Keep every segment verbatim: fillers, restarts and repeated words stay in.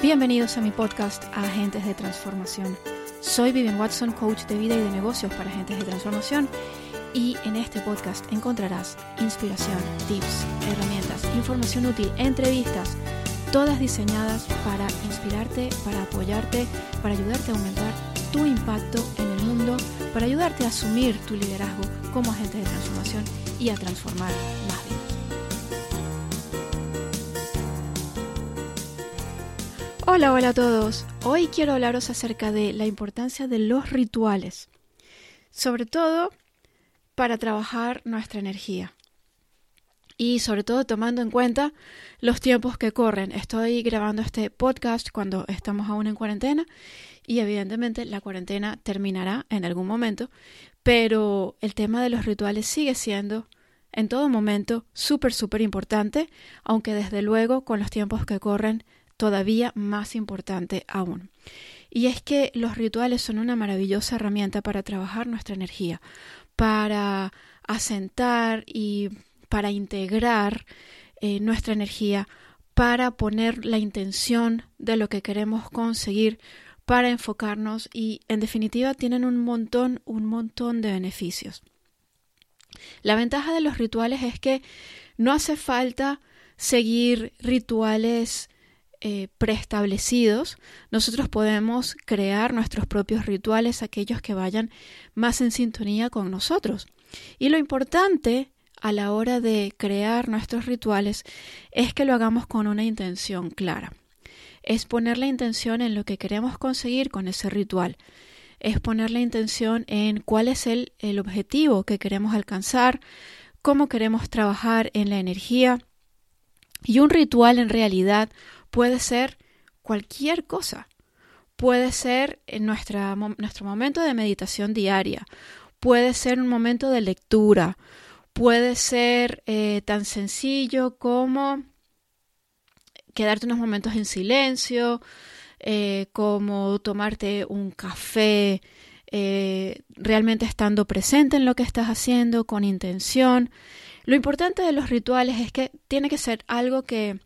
Bienvenidos a mi podcast Agentes de Transformación. Soy Vivian Watson, coach de vida y de negocios para agentes de transformación, y en este podcast encontrarás inspiración, tips, herramientas, información útil, entrevistas, todas diseñadas para inspirarte, para apoyarte, para ayudarte a aumentar tu impacto en el mundo, para ayudarte a asumir tu liderazgo como agente de transformación y a transformar más vidas. Hola, hola a todos. Hoy quiero hablaros acerca de la importancia de los rituales, sobre todo para trabajar nuestra energía y sobre todo tomando en cuenta los tiempos que corren. Estoy grabando este podcast cuando estamos aún en cuarentena y evidentemente la cuarentena terminará en algún momento, pero el tema de los rituales sigue siendo en todo momento súper, súper importante, aunque desde luego con los tiempos que corren todavía más importante aún. Y es que los rituales son una maravillosa herramienta para trabajar nuestra energía, para asentar y para integrar eh, nuestra energía, para poner la intención de lo que queremos conseguir, para enfocarnos y en definitiva tienen un montón, un montón de beneficios. La ventaja de los rituales es que no hace falta seguir rituales Eh, preestablecidos. Nosotros podemos crear nuestros propios rituales, aquellos que vayan más en sintonía con nosotros. Y lo importante a la hora de crear nuestros rituales es que lo hagamos con una intención clara. Es poner la intención en lo que queremos conseguir con ese ritual. Es poner la intención en cuál es el, el objetivo que queremos alcanzar, cómo queremos trabajar en la energía. Y un ritual en realidad puede ser cualquier cosa. Puede ser en nuestra, nuestro momento de meditación diaria. Puede ser un momento de lectura. Puede ser eh, tan sencillo como quedarte unos momentos en silencio, eh, como tomarte un café, eh, realmente estando presente en lo que estás haciendo, con intención. Lo importante de los rituales es que tiene que ser algo que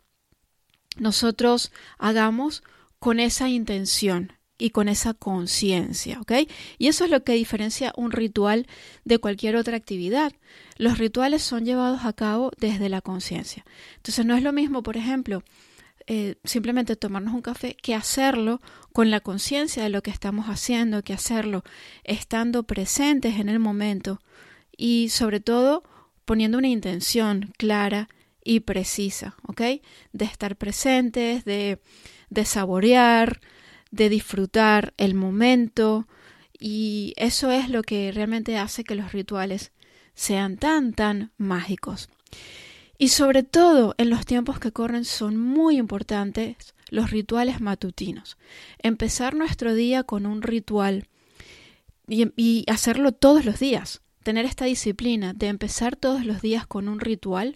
nosotros hagamos con esa intención y con esa conciencia, ¿ok? Y eso es lo que diferencia un ritual de cualquier otra actividad. Los rituales son llevados a cabo desde la conciencia. Entonces no es lo mismo, por ejemplo, eh, simplemente tomarnos un café que hacerlo con la conciencia de lo que estamos haciendo, que hacerlo estando presentes en el momento y sobre todo poniendo una intención clara y precisa, ¿ok? De estar presentes, de, de saborear, de disfrutar el momento, y eso es lo que realmente hace que los rituales sean tan, tan mágicos. Y sobre todo en los tiempos que corren son muy importantes los rituales matutinos. Empezar nuestro día con un ritual y, y hacerlo todos los días. Tener esta disciplina de empezar todos los días con un ritual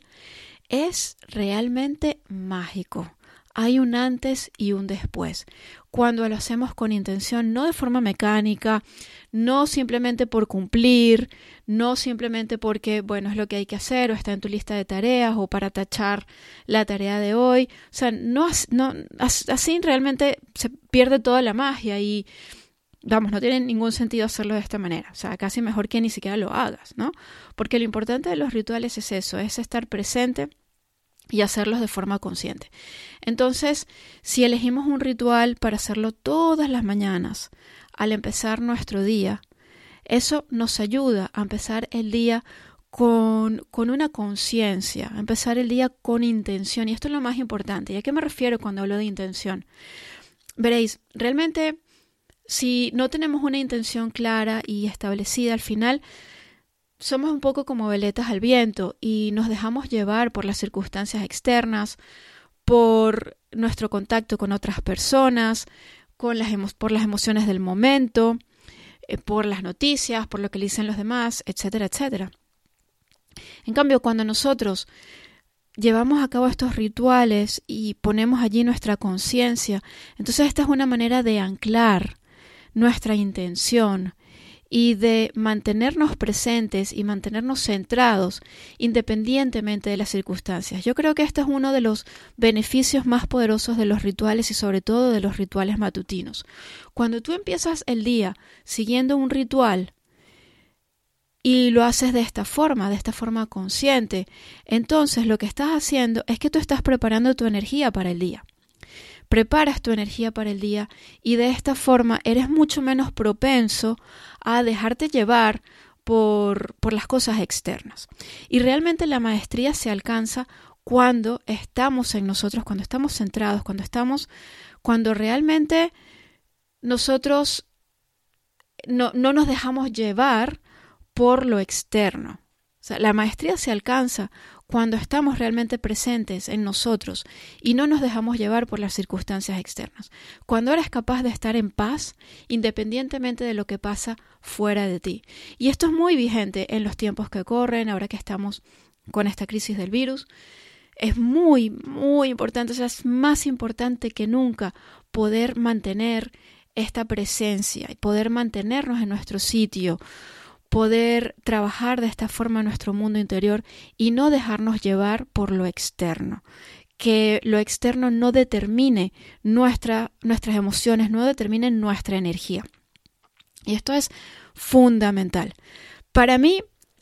es realmente mágico. Hay un antes y un después. Cuando lo hacemos con intención, no de forma mecánica, no simplemente por cumplir, no simplemente porque, bueno, es lo que hay que hacer o está en tu lista de tareas o para tachar la tarea de hoy. O sea, no, no así realmente se pierde toda la magia y vamos, no tiene ningún sentido hacerlo de esta manera. O sea, casi mejor que ni siquiera lo hagas, ¿no? Porque lo importante de los rituales es eso, es estar presente y hacerlos de forma consciente. Entonces, si elegimos un ritual para hacerlo todas las mañanas, al empezar nuestro día, eso nos ayuda a empezar el día con, con una conciencia, a empezar el día con intención. Y esto es lo más importante. ¿Y a qué me refiero cuando hablo de intención? Veréis, realmente si no tenemos una intención clara y establecida al final, somos un poco como veletas al viento y nos dejamos llevar por las circunstancias externas, por nuestro contacto con otras personas, con las emo- por las emociones del momento, eh, por las noticias, por lo que le dicen los demás, etcétera, etcétera. En cambio, cuando nosotros llevamos a cabo estos rituales y ponemos allí nuestra conciencia, entonces esta es una manera de anclar nuestra intención y de mantenernos presentes y mantenernos centrados independientemente de las circunstancias. Yo creo que este es uno de los beneficios más poderosos de los rituales y sobre todo de los rituales matutinos. Cuando tú empiezas el día siguiendo un ritual y lo haces de esta forma, de esta forma consciente, entonces lo que estás haciendo es que tú estás preparando tu energía para el día. Preparas tu energía para el día y de esta forma eres mucho menos propenso a dejarte llevar por, por las cosas externas. Y realmente la maestría se alcanza cuando estamos en nosotros, cuando estamos centrados, cuando estamos, cuando realmente nosotros no, no nos dejamos llevar por lo externo. O sea, la maestría se alcanza cuando estamos realmente presentes en nosotros y no nos dejamos llevar por las circunstancias externas. Cuando eres capaz de estar en paz independientemente de lo que pasa fuera de ti. Y esto es muy vigente en los tiempos que corren, ahora que estamos con esta crisis del virus. Es muy, muy importante, o sea, es más importante que nunca poder mantener esta presencia y poder mantenernos en nuestro sitio, poder trabajar de esta forma en nuestro mundo interior y no dejarnos llevar por lo externo. Que lo externo no determine nuestra, nuestras emociones, no determine nuestra energía. Y esto es fundamental. Para mí,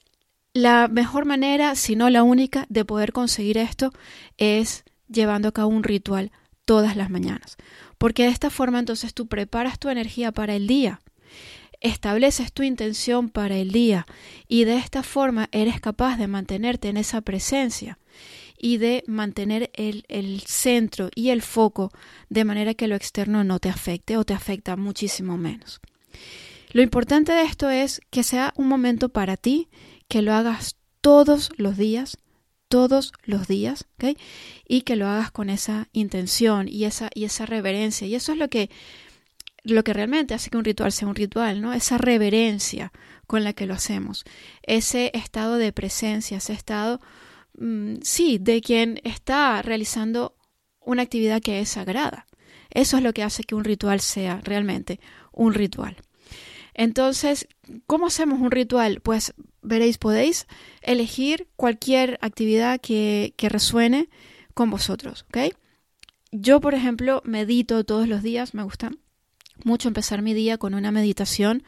la mejor manera, si no la única, de poder conseguir esto es llevando a cabo un ritual todas las mañanas. Porque de esta forma entonces tú preparas tu energía para el día. Estableces tu intención para el día y de esta forma eres capaz de mantenerte en esa presencia y de mantener el, el centro y el foco de manera que lo externo no te afecte o te afecta muchísimo menos. Lo importante de esto es que sea un momento para ti, que lo hagas todos los días, todos los días, ¿ok? Y que lo hagas con esa intención y esa, y esa reverencia. Y eso es lo que Lo que realmente hace que un ritual sea un ritual, ¿no? Esa reverencia con la que lo hacemos, ese estado de presencia, ese estado, mmm, sí, de quien está realizando una actividad que es sagrada. Eso es lo que hace que un ritual sea realmente un ritual. Entonces, ¿cómo hacemos un ritual? Pues veréis, podéis elegir cualquier actividad que, que resuene con vosotros, ¿ok? Yo, por ejemplo, medito todos los días, me gusta mucho empezar mi día con una meditación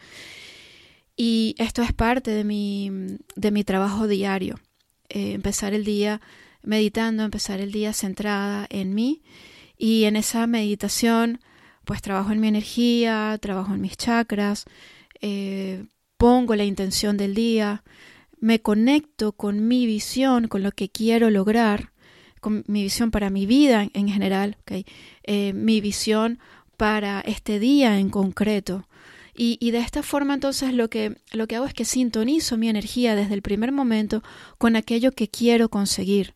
y esto es parte de mi, de mi trabajo diario. Eh, empezar el día meditando, empezar el día centrada en mí y en esa meditación pues trabajo en mi energía, trabajo en mis chakras, eh, pongo la intención del día, me conecto con mi visión, con lo que quiero lograr, con mi visión para mi vida en general, ¿okay? eh, mi visión para este día en concreto. Y, y de esta forma entonces lo que, lo que hago es que sintonizo mi energía desde el primer momento con aquello que quiero conseguir.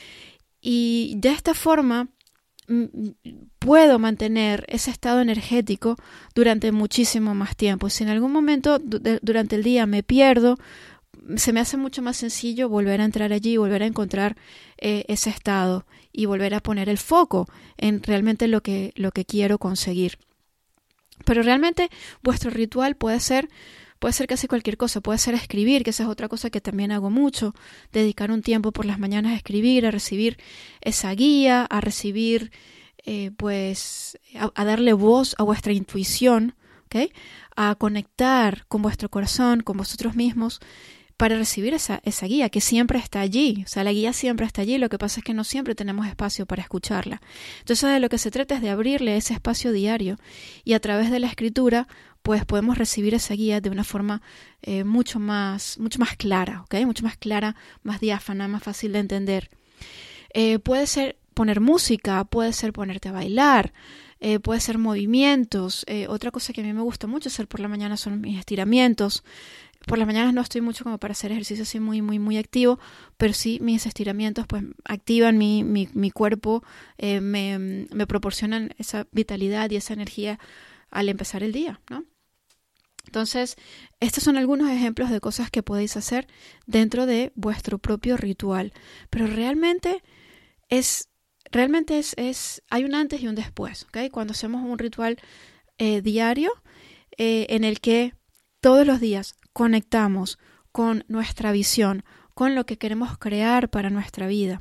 Y de esta forma m- puedo mantener ese estado energético durante muchísimo más tiempo. Si en algún momento du- de, durante el día me pierdo, se me hace mucho más sencillo volver a entrar allí, volver a encontrar eh, ese estado y volver a poner el foco en realmente lo que, lo que quiero conseguir. Pero realmente vuestro ritual puede ser, puede ser casi cualquier cosa, puede ser escribir, que esa es otra cosa que también hago mucho, dedicar un tiempo por las mañanas a escribir, a recibir esa guía, a recibir, eh, pues, a, a darle voz a vuestra intuición, ¿okay? A conectar con vuestro corazón, con vosotros mismos, para recibir esa, esa guía que siempre está allí. O sea, la guía siempre está allí, lo que pasa es que no siempre tenemos espacio para escucharla. Entonces, de lo que se trata es de abrirle ese espacio diario y a través de la escritura, pues podemos recibir esa guía de una forma eh, mucho más, mucho más clara, ¿ok? Mucho más clara, más diáfana, más fácil de entender. Eh, puede ser poner música, puede ser ponerte a bailar, eh, puede ser movimientos. Eh, otra cosa que a mí me gusta mucho hacer por la mañana son mis estiramientos. Por las mañanas no estoy mucho como para hacer ejercicio así muy, muy, muy activo, pero sí mis estiramientos pues activan mi, mi, mi cuerpo, eh, me, me proporcionan esa vitalidad y esa energía al empezar el día, ¿no? Entonces, estos son algunos ejemplos de cosas que podéis hacer dentro de vuestro propio ritual. Pero realmente es, realmente es, es hay un antes y un después, ¿ok? Cuando hacemos un ritual eh, diario eh, en el que todos los días conectamos con nuestra visión, con lo que queremos crear para nuestra vida,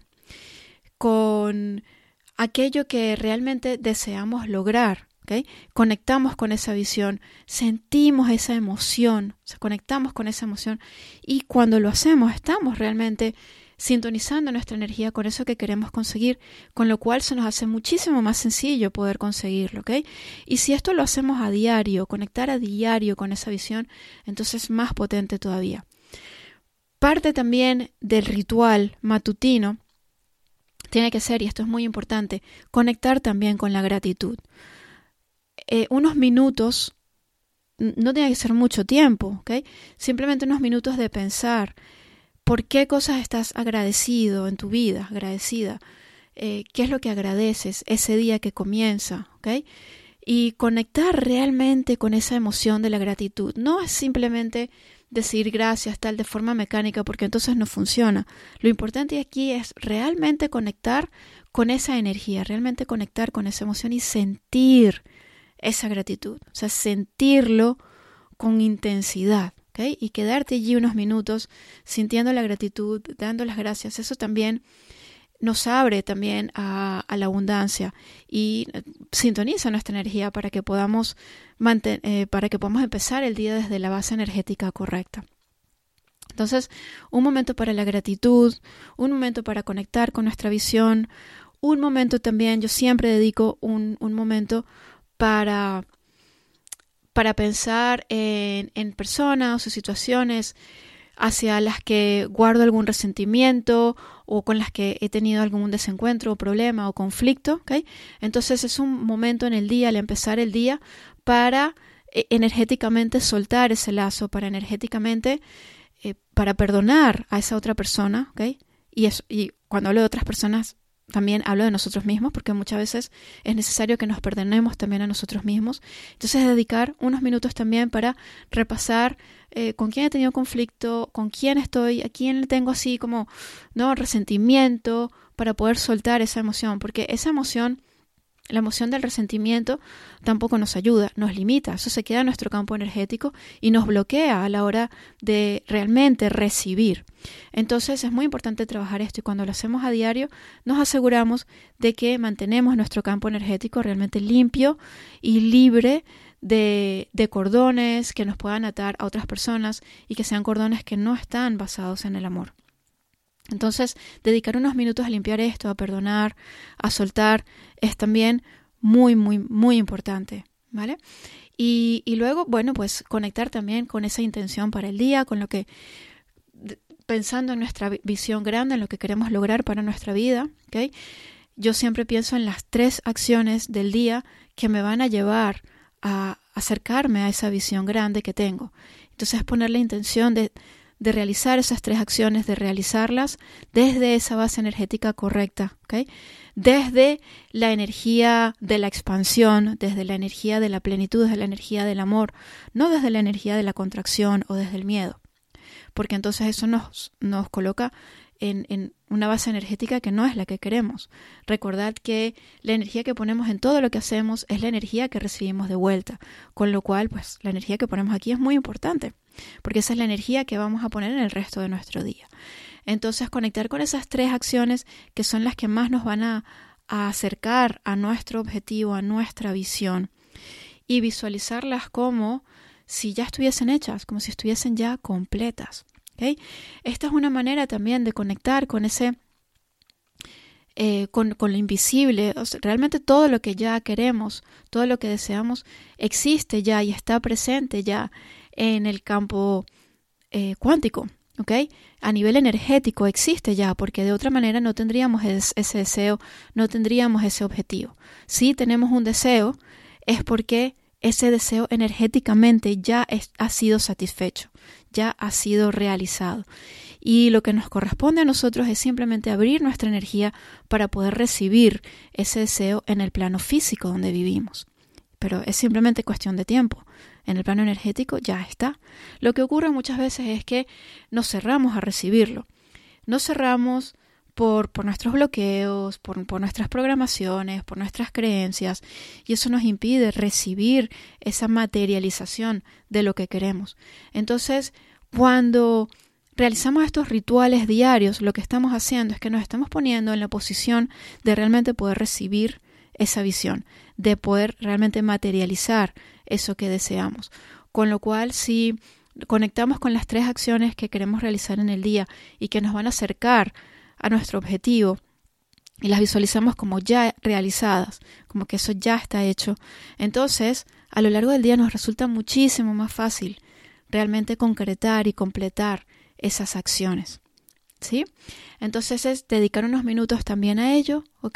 con aquello que realmente deseamos lograr, ¿okay? Conectamos con esa visión, sentimos esa emoción, o sea, conectamos con esa emoción y cuando lo hacemos estamos realmente sintonizando nuestra energía con eso que queremos conseguir, con lo cual se nos hace muchísimo más sencillo poder conseguirlo, ¿ok? Y si esto lo hacemos a diario, conectar a diario con esa visión, entonces es más potente todavía. Parte también del ritual matutino tiene que ser, y esto es muy importante, conectar también con la gratitud. Eh, unos minutos, no tiene que ser mucho tiempo, ¿ok? Simplemente unos minutos de pensar por qué cosas estás agradecido en tu vida, agradecida, eh, qué es lo que agradeces ese día que comienza, ¿ok? Y conectar realmente con esa emoción de la gratitud. No es simplemente decir gracias tal de forma mecánica porque entonces no funciona. Lo importante aquí es realmente conectar con esa energía, realmente conectar con esa emoción y sentir esa gratitud, o sea, sentirlo con intensidad, ¿ok? Y quedarte allí unos minutos sintiendo la gratitud, dando las gracias. Eso también nos abre también a, a la abundancia y sintoniza nuestra energía para que podamos manten- eh, para que podamos empezar el día desde la base energética correcta. Entonces, un momento para la gratitud, un momento para conectar con nuestra visión, un momento también, yo siempre dedico un, un momento para, para pensar en, en personas o situaciones hacia las que guardo algún resentimiento o con las que he tenido algún desencuentro o problema o conflicto, ¿okay? Entonces es un momento en el día, al empezar el día, para eh, energéticamente soltar ese lazo, para energéticamente, eh, para perdonar a esa otra persona, ¿okay? Y, eso, y cuando hablo de otras personas, también hablo de nosotros mismos, porque muchas veces es necesario que nos perdonemos también a nosotros mismos. Entonces, dedicar unos minutos también para repasar eh, con quién he tenido conflicto, con quién estoy, a quién le tengo así como, ¿no?, resentimiento, para poder soltar esa emoción, porque esa emoción, la emoción del resentimiento, tampoco nos ayuda, nos limita. Eso se queda en nuestro campo energético y nos bloquea a la hora de realmente recibir. Entonces es muy importante trabajar esto y cuando lo hacemos a diario nos aseguramos de que mantenemos nuestro campo energético realmente limpio y libre de, de cordones que nos puedan atar a otras personas y que sean cordones que no están basados en el amor. Entonces, dedicar unos minutos a limpiar esto, a perdonar, a soltar, es también muy, muy, muy importante, ¿vale? Y, y luego, bueno, pues conectar también con esa intención para el día, con lo que, pensando en nuestra visión grande, en lo que queremos lograr para nuestra vida, ¿ok? Yo siempre pienso en las tres acciones del día que me van a llevar a acercarme a esa visión grande que tengo. Entonces, poner la intención de de realizar esas tres acciones, de realizarlas desde esa base energética correcta, ¿okay? Desde la energía de la expansión, desde la energía de la plenitud, desde la energía del amor, no desde la energía de la contracción o desde el miedo, porque entonces eso nos, nos coloca en, en una base energética que no es la que queremos. Recordad que la energía que ponemos en todo lo que hacemos es la energía que recibimos de vuelta, con lo cual, pues, la energía que ponemos aquí es muy importante, porque esa es la energía que vamos a poner en el resto de nuestro día. Entonces, conectar con esas tres acciones que son las que más nos van a, a acercar a nuestro objetivo, a nuestra visión, y visualizarlas como si ya estuviesen hechas, como si estuviesen ya completas. ¿Okay? Esta es una manera también de conectar con ese, eh, con, con lo invisible. O sea, realmente todo lo que ya queremos, todo lo que deseamos, existe ya y está presente ya en el campo eh, cuántico, ¿ok? A nivel energético existe ya, porque de otra manera no tendríamos es, ese deseo, no tendríamos ese objetivo. Si tenemos un deseo, es porque ese deseo energéticamente ya es, ha sido satisfecho, ya ha sido realizado. Y lo que nos corresponde a nosotros es simplemente abrir nuestra energía para poder recibir ese deseo en el plano físico donde vivimos. Pero es simplemente cuestión de tiempo. En el plano energético ya está. Lo que ocurre muchas veces es que nos cerramos a recibirlo. Nos cerramos por, por nuestros bloqueos, por, por nuestras programaciones, por nuestras creencias, y eso nos impide recibir esa materialización de lo que queremos. Entonces, cuando realizamos estos rituales diarios, lo que estamos haciendo es que nos estamos poniendo en la posición de realmente poder recibir esa visión, de poder realmente materializar eso que deseamos. Con lo cual, si conectamos con las tres acciones que queremos realizar en el día y que nos van a acercar a nuestro objetivo y las visualizamos como ya realizadas, como que eso ya está hecho, entonces a lo largo del día nos resulta muchísimo más fácil realmente concretar y completar esas acciones, ¿sí? Entonces es dedicar unos minutos también a ello, ¿ok?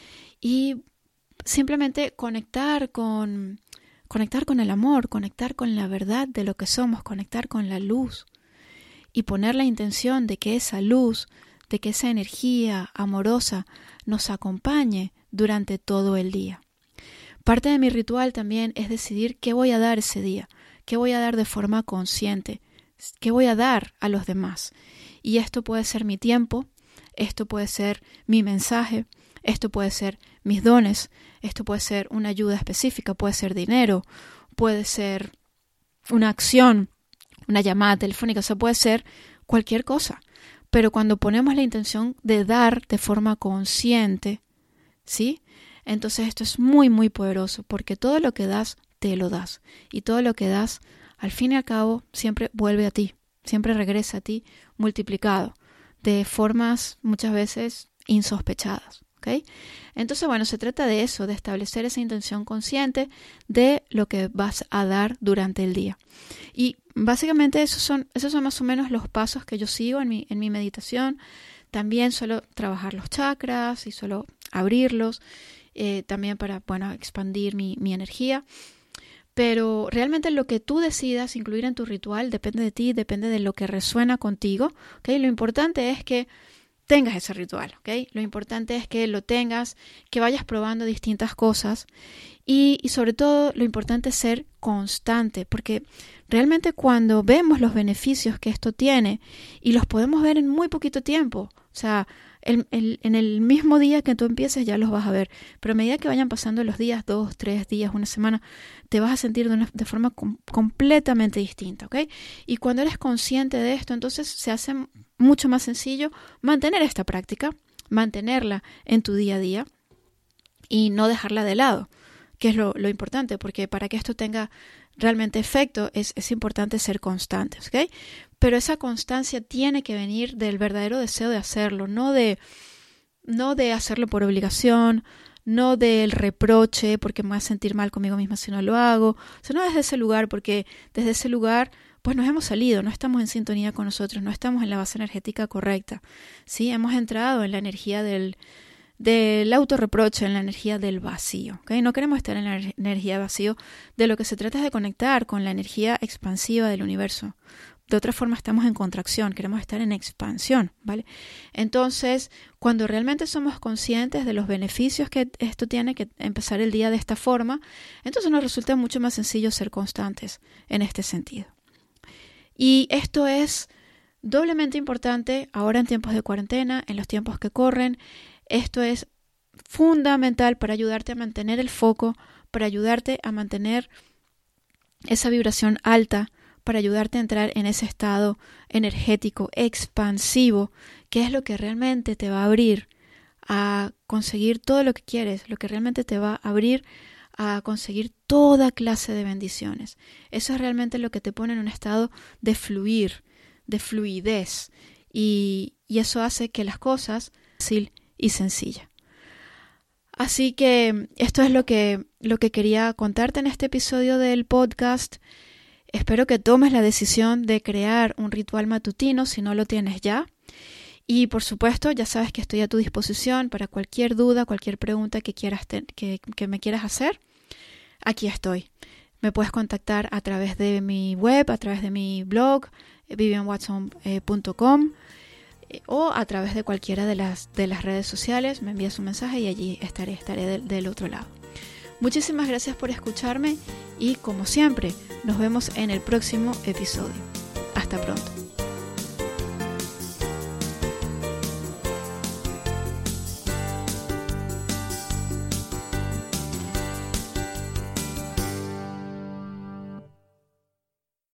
Y simplemente conectar con, conectar con el amor, conectar con la verdad de lo que somos, conectar con la luz y poner la intención de que esa luz, de que esa energía amorosa nos acompañe durante todo el día. Parte de mi ritual también es decidir qué voy a dar ese día, qué voy a dar de forma consciente, qué voy a dar a los demás. Y esto puede ser mi tiempo, esto puede ser mi mensaje, esto puede ser mis dones, esto puede ser una ayuda específica, puede ser dinero, puede ser una acción, una llamada telefónica, o sea, puede ser cualquier cosa. Pero cuando ponemos la intención de dar de forma consciente, ¿sí? Entonces esto es muy, muy poderoso, porque todo lo que das, te lo das. Y todo lo que das, al fin y al cabo, siempre vuelve a ti, siempre regresa a ti multiplicado, de formas muchas veces insospechadas. ¿Okay? Entonces, bueno, se trata de eso, de establecer esa intención consciente de lo que vas a dar durante el día. Y básicamente esos son, esos son más o menos los pasos que yo sigo en mi, en mi meditación. También suelo trabajar los chakras y suelo abrirlos, eh, también para, bueno, expandir mi, mi energía. Pero realmente lo que tú decidas incluir en tu ritual depende de ti, depende de lo que resuena contigo. ¿Okay? Lo importante es que tengas ese ritual, ¿ok? Lo importante es que lo tengas, que vayas probando distintas cosas y, y sobre todo lo importante es ser constante, porque realmente cuando vemos los beneficios que esto tiene y los podemos ver en muy poquito tiempo, o sea, el, el, en el mismo día que tú empieces ya los vas a ver, pero a medida que vayan pasando los días, dos, tres días, una semana, te vas a sentir de, una, de forma com- completamente distinta, ¿ok? Y cuando eres consciente de esto, entonces se hace mucho más sencillo mantener esta práctica, mantenerla en tu día a día y no dejarla de lado, que es lo, lo importante, porque para que esto tenga realmente efecto es, es importante ser constantes, ¿ok? Pero esa constancia tiene que venir del verdadero deseo de hacerlo, no de, no de hacerlo por obligación, no del reproche porque me voy a sentir mal conmigo misma si no lo hago, o sea, no desde ese lugar, porque desde ese lugar pues nos hemos salido, no estamos en sintonía con nosotros, no estamos en la base energética correcta, ¿sí? Hemos entrado en la energía del, del autorreproche, en la energía del vacío, ¿okay? No queremos estar en la energía vacío, de lo que se trata es de conectar con la energía expansiva del universo. De otra forma estamos en contracción, queremos estar en expansión, ¿vale? Entonces, cuando realmente somos conscientes de los beneficios que esto tiene, que empezar el día de esta forma, entonces nos resulta mucho más sencillo ser constantes en este sentido. Y esto es doblemente importante ahora en tiempos de cuarentena, en los tiempos que corren. Esto es fundamental para ayudarte a mantener el foco, para ayudarte a mantener esa vibración alta, para ayudarte a entrar en ese estado energético expansivo, que es lo que realmente te va a abrir a conseguir todo lo que quieres, lo que realmente te va a abrir a conseguir toda clase de bendiciones. Eso es realmente lo que te pone en un estado de fluir, de fluidez, y, y eso hace que las cosas fácil y sencilla. Así que esto es lo que, lo que quería contarte en este episodio del podcast. Espero que tomes la decisión de crear un ritual matutino si no lo tienes ya. Y por supuesto, ya sabes que estoy a tu disposición para cualquier duda, cualquier pregunta que quieras te- que, que me quieras hacer. Aquí estoy. Me puedes contactar a través de mi web, a través de mi blog, vivian watson punto com, eh, o a través de cualquiera de las, de las redes sociales. Me envías un mensaje y allí estaré, estaré del, del otro lado. Muchísimas gracias por escucharme y, como siempre, nos vemos en el próximo episodio. Hasta pronto.